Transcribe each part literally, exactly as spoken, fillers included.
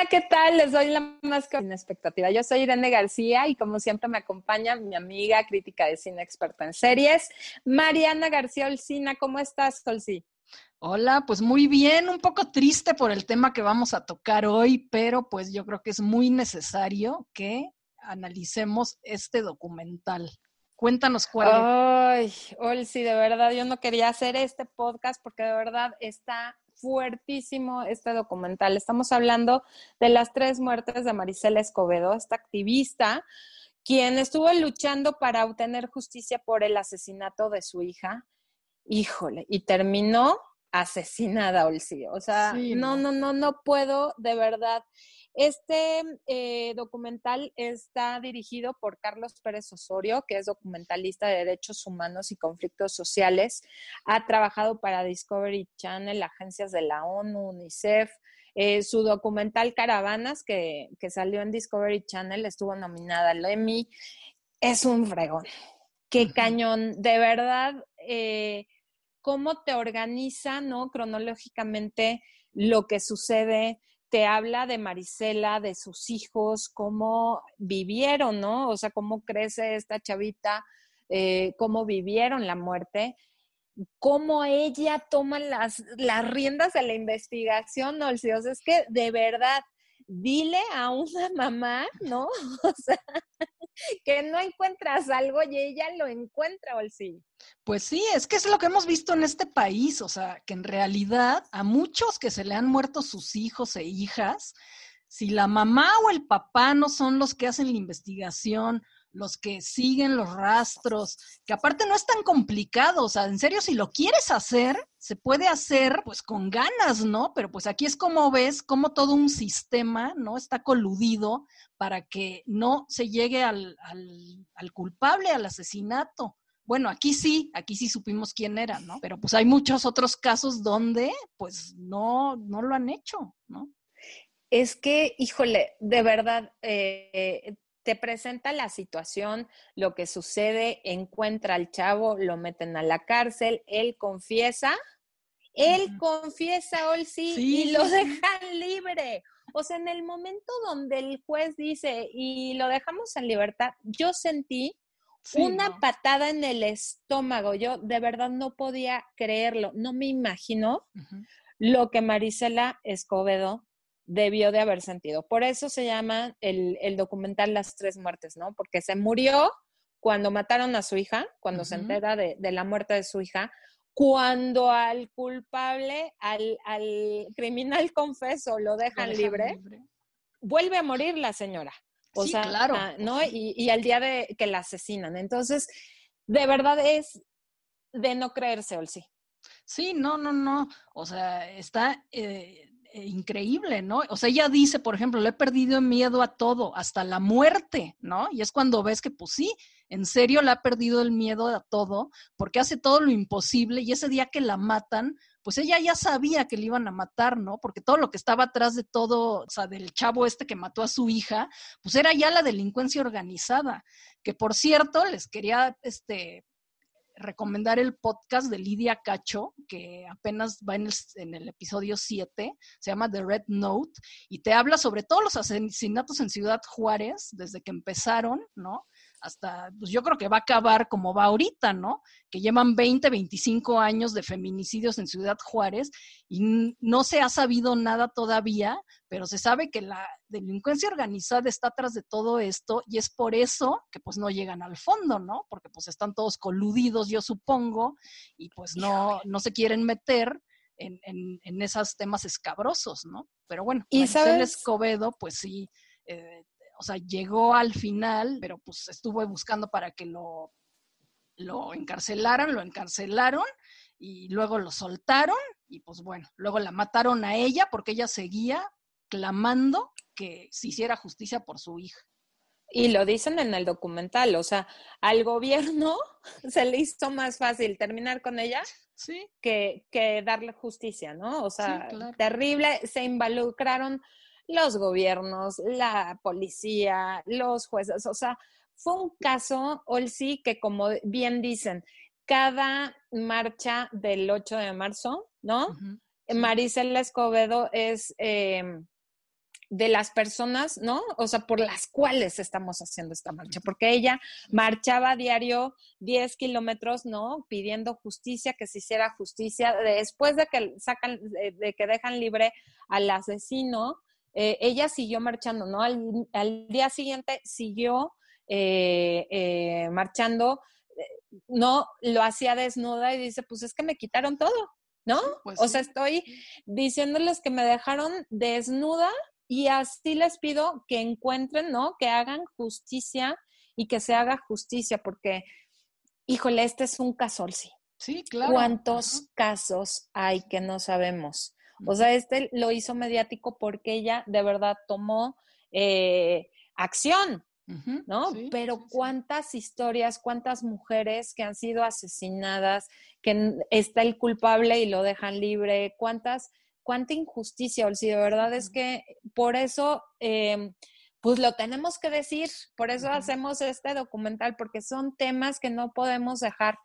Hola, ¿qué tal? Les doy la más que sin expectativa. Yo soy Irene García y como siempre me acompaña mi amiga, crítica de cine, experta en series, Mariana García Olcina. ¿Cómo estás, Olcí? Hola, pues muy bien, un poco triste por el tema que vamos a tocar hoy, pero pues yo creo que es muy necesario que analicemos este documental. Cuéntanos cuál es. Ay, Olsi, de verdad, yo no quería hacer este podcast porque de verdad está fuertísimo este documental. Estamos hablando de las tres muertes de Marisela Escobedo, esta activista, quien estuvo luchando para obtener justicia por el asesinato de su hija. Híjole, y terminó asesinada, Olsi. O sea, Sí, no, no. no, no, no puedo, de verdad. Este eh, documental está dirigido por Carlos Pérez Osorio, que es documentalista de derechos humanos y conflictos sociales. Ha trabajado para Discovery Channel, agencias de la ONU, UNICEF. Eh, su documental Caravanas, que, que salió en Discovery Channel, estuvo nominada al Emmy. Es un fregón. Qué Ujú. cañón, de verdad. Eh, cómo te organiza, ¿no? Cronológicamente lo que sucede, te habla de Marisela, de sus hijos, cómo vivieron, ¿no? O sea, cómo crece esta chavita, eh, cómo vivieron la muerte, cómo ella toma las, las riendas de la investigación, ¿no? O sea, es que de verdad, dile a una mamá, ¿no? O sea, que no encuentras algo y ella lo encuentra, Olsi. Pues sí, es que es lo que hemos visto en este país, o sea, que en realidad a muchos que se le han muerto sus hijos e hijas, si la mamá o el papá no son los que hacen la investigación, los que siguen los rastros, que aparte no es tan complicado, o sea, en serio, si lo quieres hacer, se puede hacer pues con ganas, ¿no? Pero pues aquí es como ves, como todo un sistema, ¿no? Está coludido para que no se llegue al, al, al culpable, al asesinato. Bueno, aquí sí, aquí sí supimos quién era, ¿no? Pero pues hay muchos otros casos donde pues no, no lo han hecho, ¿no? Es que, híjole, de verdad, eh, te presenta la situación, lo que sucede, encuentra al chavo, lo meten a la cárcel, él confiesa, él Uh-huh. confiesa, Olsi, Sí, y lo sí, sí. dejan libre. O sea, en el momento donde el juez dice, y lo dejamos en libertad, yo sentí Sí, una no. patada en el estómago. Yo de verdad no podía creerlo. No me imagino Uh-huh. lo que Marisela Escobedo debió de haber sentido. Por eso se llama el, el documental Las Tres Muertes, ¿no? Porque se murió cuando mataron a su hija, cuando se Uh-huh. entera de, de la muerte de su hija, cuando al culpable, al, al criminal confeso lo Lo dejan dejan libre, libre. vuelve a morir la señora. O Sí, sea, claro, pues ¿no? sí. Y, y al día de que la asesinan. Entonces, de verdad es de no creerse, Olsi. Sí, no, no, no. O sea, está eh, eh, increíble, ¿no? O sea, ella dice, por ejemplo, le he perdido miedo a todo, hasta la muerte, ¿no? Y es cuando ves que, pues sí, en serio le ha perdido el miedo a todo, porque hace todo lo imposible y ese día que la matan, pues ella ya sabía que le iban a matar, ¿no? Porque todo lo que estaba atrás de todo, o sea, del chavo este que mató a su hija, pues era ya la delincuencia organizada, que por cierto, les quería, este, recomendar el podcast de Lidia Cacho, que apenas va en el, en el episodio siete, se llama The Red Note, y te habla sobre todos los asesinatos en Ciudad Juárez, desde que empezaron, ¿no? Hasta, pues yo creo que va a acabar como va ahorita, ¿no? Que llevan veinte, veinticinco años de feminicidios en Ciudad Juárez y no se ha sabido nada todavía, pero se sabe que la delincuencia organizada está atrás de todo esto y es por eso que pues no llegan al fondo, ¿no? Porque pues están todos coludidos, yo supongo, y pues no, no se quieren meter en, en, en esos temas escabrosos, ¿no? Pero bueno, Y Marisela sabes, Escobedo, pues sí, eh, o sea, llegó al final, pero pues estuvo buscando para que lo, lo encarcelaran, lo encarcelaron y luego lo soltaron y pues bueno, luego la mataron a ella porque ella seguía clamando que se hiciera justicia por su hija. y lo dicen en el documental, o sea, al gobierno se le hizo más fácil terminar con ella Sí, que, que darle justicia, ¿no? O sí, sea, claro. terrible, se involucraron los gobiernos, la policía, los jueces, o sea, fue un caso, Olsi, que como bien dicen, cada marcha del ocho de marzo, ¿no? Uh-huh, sí. Marisela Escobedo es... Eh, de las personas, ¿no? O sea, por las cuales estamos haciendo esta marcha, porque ella marchaba a diario diez kilómetros, ¿no? Pidiendo justicia, que se hiciera justicia. Después de que sacan, de, de que dejan libre al asesino, eh, ella siguió marchando, ¿no? Al, al día siguiente siguió eh, eh, marchando, eh, no, lo hacía desnuda y dice, pues es que me quitaron todo, ¿no? Sí, pues o sí. sea, estoy diciéndoles que me dejaron desnuda y así les pido que encuentren, ¿no? Que hagan justicia y que se haga justicia, porque, híjole, este es un caso, sí. Sí, claro. ¿Cuántos Ajá. casos hay que no sabemos? O Ujú. sea, este lo hizo mediático porque ella de verdad tomó eh, acción, Ujú. ¿no? Sí, Pero sí, sí. cuántas historias, cuántas mujeres que han sido asesinadas, que está el culpable y lo dejan libre, cuántas, cuánta injusticia, Olsi, de verdad es que por eso, eh, pues lo tenemos que decir, por eso Ujú. hacemos este documental, porque son temas que no podemos dejar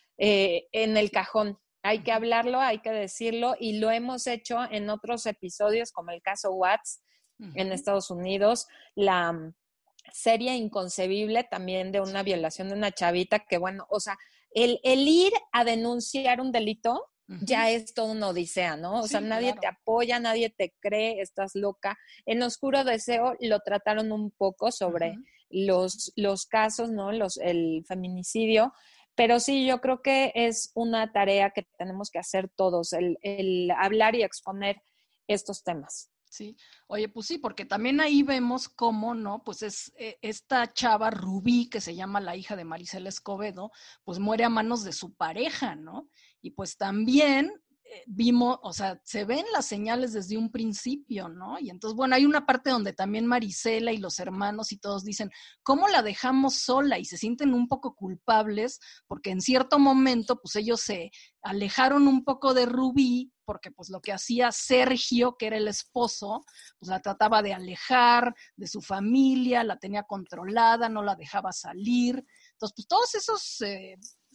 eh, en el cajón. Hay que hablarlo, hay que decirlo, y lo hemos hecho en otros episodios, como el caso Watts en Ujú. Estados Unidos, la serie Inconcebible también de una Sí. violación de una chavita, que bueno, o sea, el, el ir a denunciar un delito Ujú. ya es toda una odisea, ¿no? O sea, Sí, nadie claro. te apoya, nadie te cree, estás loca. En Oscuro Deseo lo trataron un poco sobre Ujú. los, los casos, ¿no? Los, el feminicidio, pero sí, yo creo que es una tarea que tenemos que hacer todos, el, el hablar y exponer estos temas. Sí, oye, pues sí, porque también ahí vemos cómo, ¿no? Pues es eh, esta chava Rubí, que se llama la hija de Marisela Escobedo, pues muere a manos de su pareja, ¿no? Y pues también eh, vimos, o sea, se ven las señales desde un principio, ¿no? Y entonces, bueno, hay una parte donde también Marisela y los hermanos y todos dicen, ¿cómo la dejamos sola? Y se sienten un poco culpables, porque en cierto momento, pues ellos se alejaron un poco de Rubí, porque pues lo que hacía Sergio, que era el esposo, pues la trataba de alejar de su familia, la tenía controlada, no la dejaba salir. Entonces, pues todos esos eh,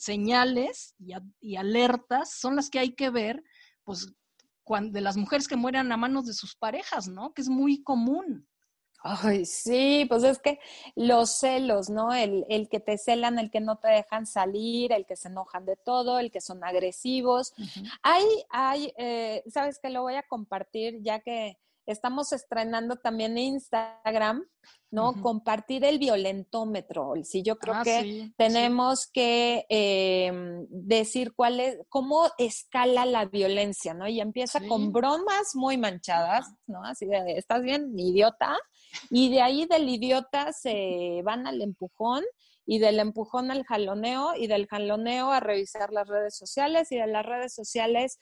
señales y, y alertas son las que hay que ver, pues, cuando, de las mujeres que mueran a manos de sus parejas, ¿no? Que es muy común. Ay, sí, pues es que los celos, ¿no? El, el que te celan, el que no te dejan salir, el que se enojan de todo, el que son agresivos. Uh-huh. Hay, hay, eh, ¿sabes qué? Lo voy a compartir ya que estamos estrenando también Instagram, ¿no? Uh-huh. Compartir el violentómetro. Sí, yo creo Ah, que sí, tenemos sí. que eh, decir cuál es, cómo escala la violencia, ¿no? Y empieza Sí. con bromas muy manchadas, ¿no? Así de, ¿estás bien, idiota? Y de ahí del idiota se van al empujón y del empujón al jaloneo y del jaloneo a revisar las redes sociales y de las redes sociales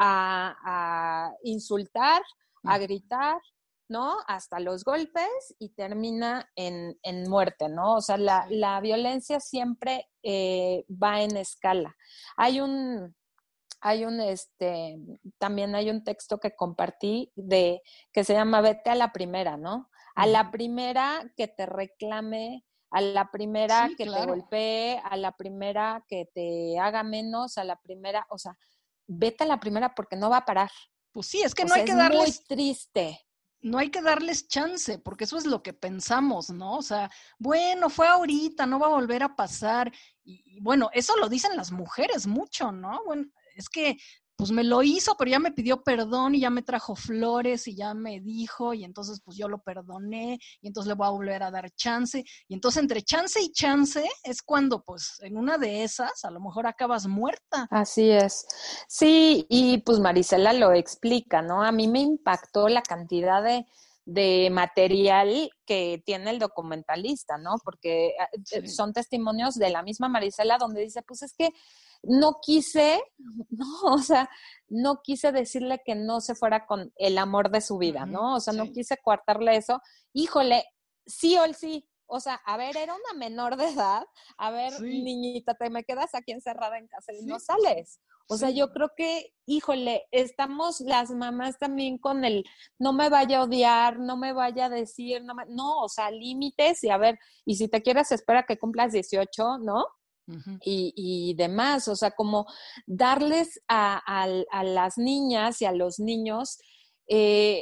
a, a insultar, a gritar, ¿no? Hasta los golpes y termina en, en muerte, ¿no? O sea, la, Sí. la violencia siempre eh, va en escala. Hay un, hay un, este, también hay un texto que compartí de, que se llama Vete a la primera, ¿no? A Uh-huh. la primera que te reclame, a la primera Sí, que te claro. golpee, a la primera que te haga menos, a la primera, o sea, vete a la primera porque no va a parar. Pues sí, es que O no hay sea, que es muy darles triste. no hay que darles chance, porque eso es lo que pensamos, ¿no? O sea, bueno, fue ahorita, no va a volver a pasar. Y, y bueno, eso lo dicen las mujeres mucho, ¿no? Bueno, es que pues me lo hizo, pero ya me pidió perdón y ya me trajo flores y ya me dijo y entonces pues yo lo perdoné y entonces le voy a volver a dar chance. Y entonces entre chance y chance es cuando pues en una de esas a lo mejor acabas muerta. Así es. Sí, y pues Marisela lo explica, ¿no? A mí me impactó la cantidad de, de material que tiene el documentalista, ¿no? Porque Sí. son testimonios de la misma Marisela donde dice, pues es que no quise, no, o sea, no quise decirle que no se fuera con el amor de su vida, Uh-huh. ¿no? O sea, Sí. no quise coartarle eso. Híjole, sí o sí. O sea, a ver, era una menor de edad. A ver, Sí. niñita, te me quedas aquí encerrada en casa y Sí. no sales. O sea, Sí. yo creo que, híjole, estamos las mamás también con el no me vaya a odiar, no me vaya a decir, no, me, no o sea, límites y a ver, y si te quieres, espera que cumplas dieciocho, ¿no? Uh-huh. Y, y demás, o sea, como darles a, a, a las niñas y a los niños eh,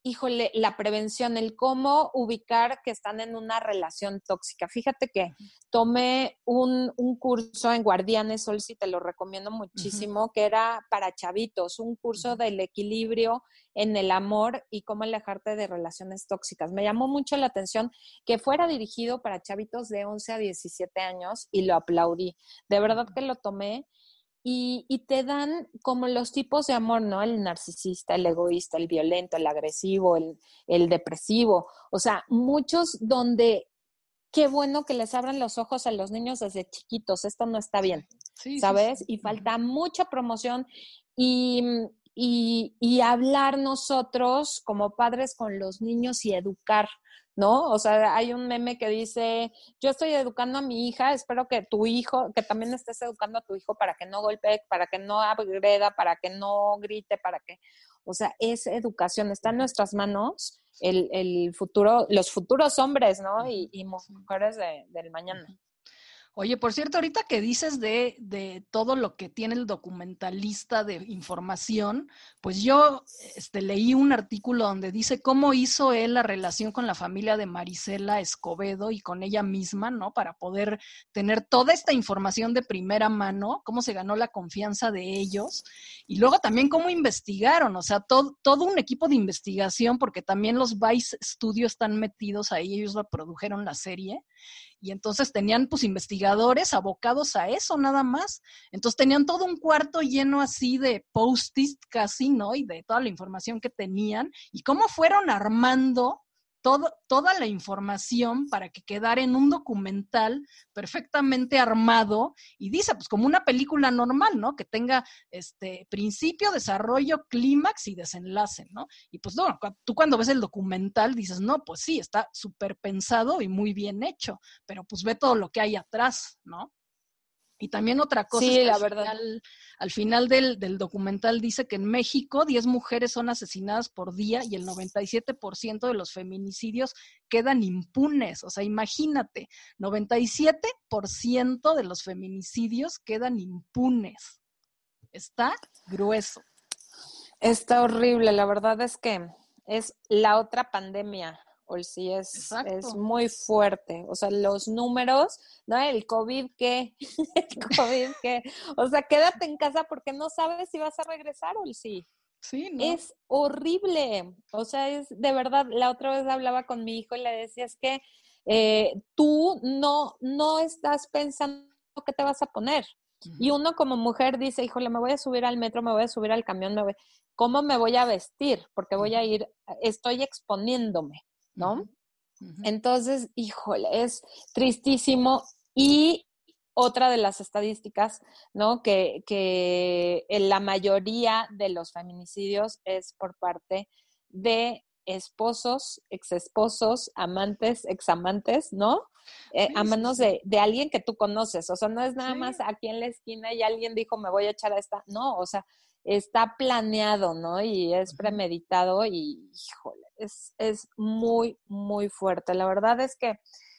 híjole, la prevención, el cómo ubicar que están en una relación tóxica. Fíjate que tomé un, un curso en Guardianes Sol, si te lo recomiendo muchísimo, uh-huh. que era para chavitos, un curso uh-huh. del equilibrio en el amor y cómo alejarte de relaciones tóxicas. Me llamó mucho la atención que fuera dirigido para chavitos de once a diecisiete años y lo aplaudí. De verdad que lo tomé. Y, y te dan como los tipos de amor, ¿no? El narcisista, el egoísta, el violento, el agresivo, el, el depresivo. O sea, muchos donde qué bueno que les abran los ojos a los niños desde chiquitos. Esto no está bien, sí, ¿sabes? Sí, sí. Y falta uh-huh. mucha promoción y, y, y hablar nosotros como padres con los niños y educar, ¿no? O sea, hay un meme que dice, yo estoy educando a mi hija, espero que tu hijo, que también estés educando a tu hijo para que no golpee, para que no agreda, para que no grite, para que, o sea, es educación, está en nuestras manos el, el futuro, los futuros hombres, ¿no? Y, y mujeres de, del mañana. Oye, por cierto, ahorita que dices de, de todo lo que tiene el documentalista de información, pues yo este, leí un artículo donde dice cómo hizo él la relación con la familia de Marisela Escobedo y con ella misma, ¿no? Para poder tener toda esta información de primera mano, cómo se ganó la confianza de ellos y luego también cómo investigaron, o sea, todo, todo un equipo de investigación, porque también los Vice Studio están metidos ahí, ellos lo produjeron la serie. Y entonces tenían pues investigadores abocados a eso nada más. Entonces tenían todo un cuarto lleno así de post-its casi, ¿no? Y de toda la información que tenían. Y cómo fueron armando todo, toda la información para que quedara en un documental perfectamente armado. Y dice, pues como una película normal, ¿no? Que tenga este principio, desarrollo, clímax y desenlace, ¿no? Y pues no, tú cuando ves el documental dices, no, pues sí, está súper pensado y muy bien hecho, pero pues ve todo lo que hay atrás, ¿no? Y también otra cosa sí, es que la al verdad. final, al final del, del documental dice que en México diez mujeres son asesinadas por día y el noventa y siete por ciento de los feminicidios quedan impunes. O sea, imagínate, noventa y siete por ciento de los feminicidios quedan impunes. Está grueso. Está horrible, la verdad es que es la otra pandemia. O sí es, es muy fuerte. O sea, los números, ¿no? El COVID, ¿qué? El COVID, ¿qué? O sea, quédate en casa porque no sabes si vas a regresar o sí. Sí, ¿no? Es horrible. O sea, es de verdad, la otra vez hablaba con mi hijo y le decía, es que eh, tú no, no estás pensando qué te vas a poner. Uh-huh. Y uno como mujer dice, híjole, me voy a subir al metro, me voy a subir al camión, me voy... ¿cómo me voy a vestir? Porque voy a ir, estoy exponiéndome, ¿no? Uh-huh. Uh-huh. Entonces, híjole, es tristísimo. Y otra de las estadísticas, ¿no? Que, que la mayoría de los feminicidios es por parte de esposos, exesposos, amantes, examantes, ¿no? Eh, sí, a manos sí, sí. De, de alguien que tú conoces. O sea, no es nada sí. más aquí en la esquina y alguien dijo, me voy a echar a esta. No, o sea, está planeado, ¿no? Y es premeditado y, híjole, es, es muy, muy fuerte. La verdad es que,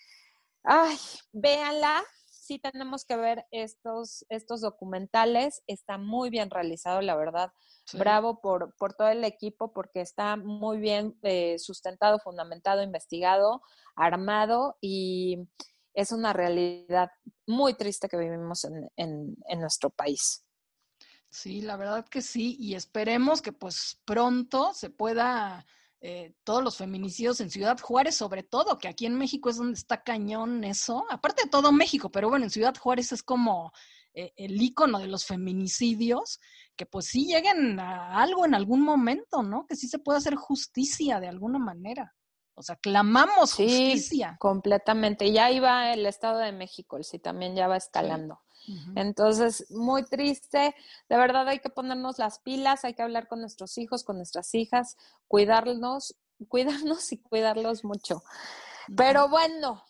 ay, véanla, sí tenemos que ver estos, estos documentales, está muy bien realizado, la verdad. Sí. Bravo por, por todo el equipo porque está muy bien eh, sustentado, fundamentado, investigado, armado y es una realidad muy triste que vivimos en, en, en nuestro país. Sí, la verdad que sí, y esperemos que pues pronto se pueda, eh, todos los feminicidios en Ciudad Juárez sobre todo, que aquí en México es donde está cañón eso, aparte de todo México, pero bueno, en Ciudad Juárez es como eh, el ícono de los feminicidios, que pues sí lleguen a algo en algún momento, ¿no? Que sí se pueda hacer justicia de alguna manera. O sea, clamamos sí, justicia. Completamente. Y ya iba el Estado de México, sí, también ya va escalando. Sí. Uh-huh. Entonces, muy triste, de verdad hay que ponernos las pilas, hay que hablar con nuestros hijos, con nuestras hijas, cuidarnos, cuidarnos y cuidarlos mucho. Uh-huh. Pero bueno,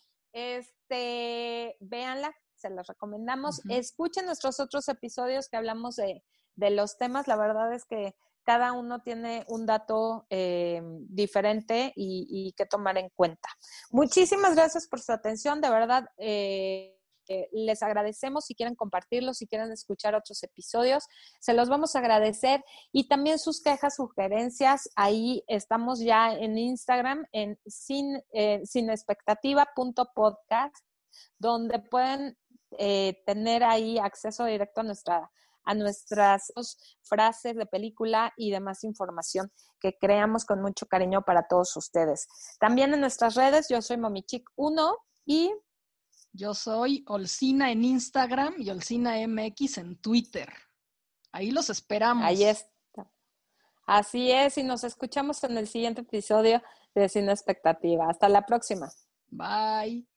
este, véanla, se las recomendamos. Uh-huh. Escuchen nuestros otros episodios que hablamos de, de los temas, la verdad es que cada uno tiene un dato eh, diferente y, y que tomar en cuenta. Muchísimas gracias por su atención, de verdad. Eh, Eh, les agradecemos si quieren compartirlo, si quieren escuchar otros episodios, se los vamos a agradecer. Y también sus quejas, sugerencias, ahí estamos ya en Instagram, en sin, eh, sinexpectativa.podcast, donde pueden eh, tener ahí acceso directo a nuestra a nuestras frases de película y demás información que creamos con mucho cariño para todos ustedes. También en nuestras redes, yo soy momichic uno y yo soy Olcina en Instagram y Olcina M X en Twitter. Ahí los esperamos. Ahí está. Así es, y nos escuchamos en el siguiente episodio de Cine Expectativa. Hasta la próxima. Bye.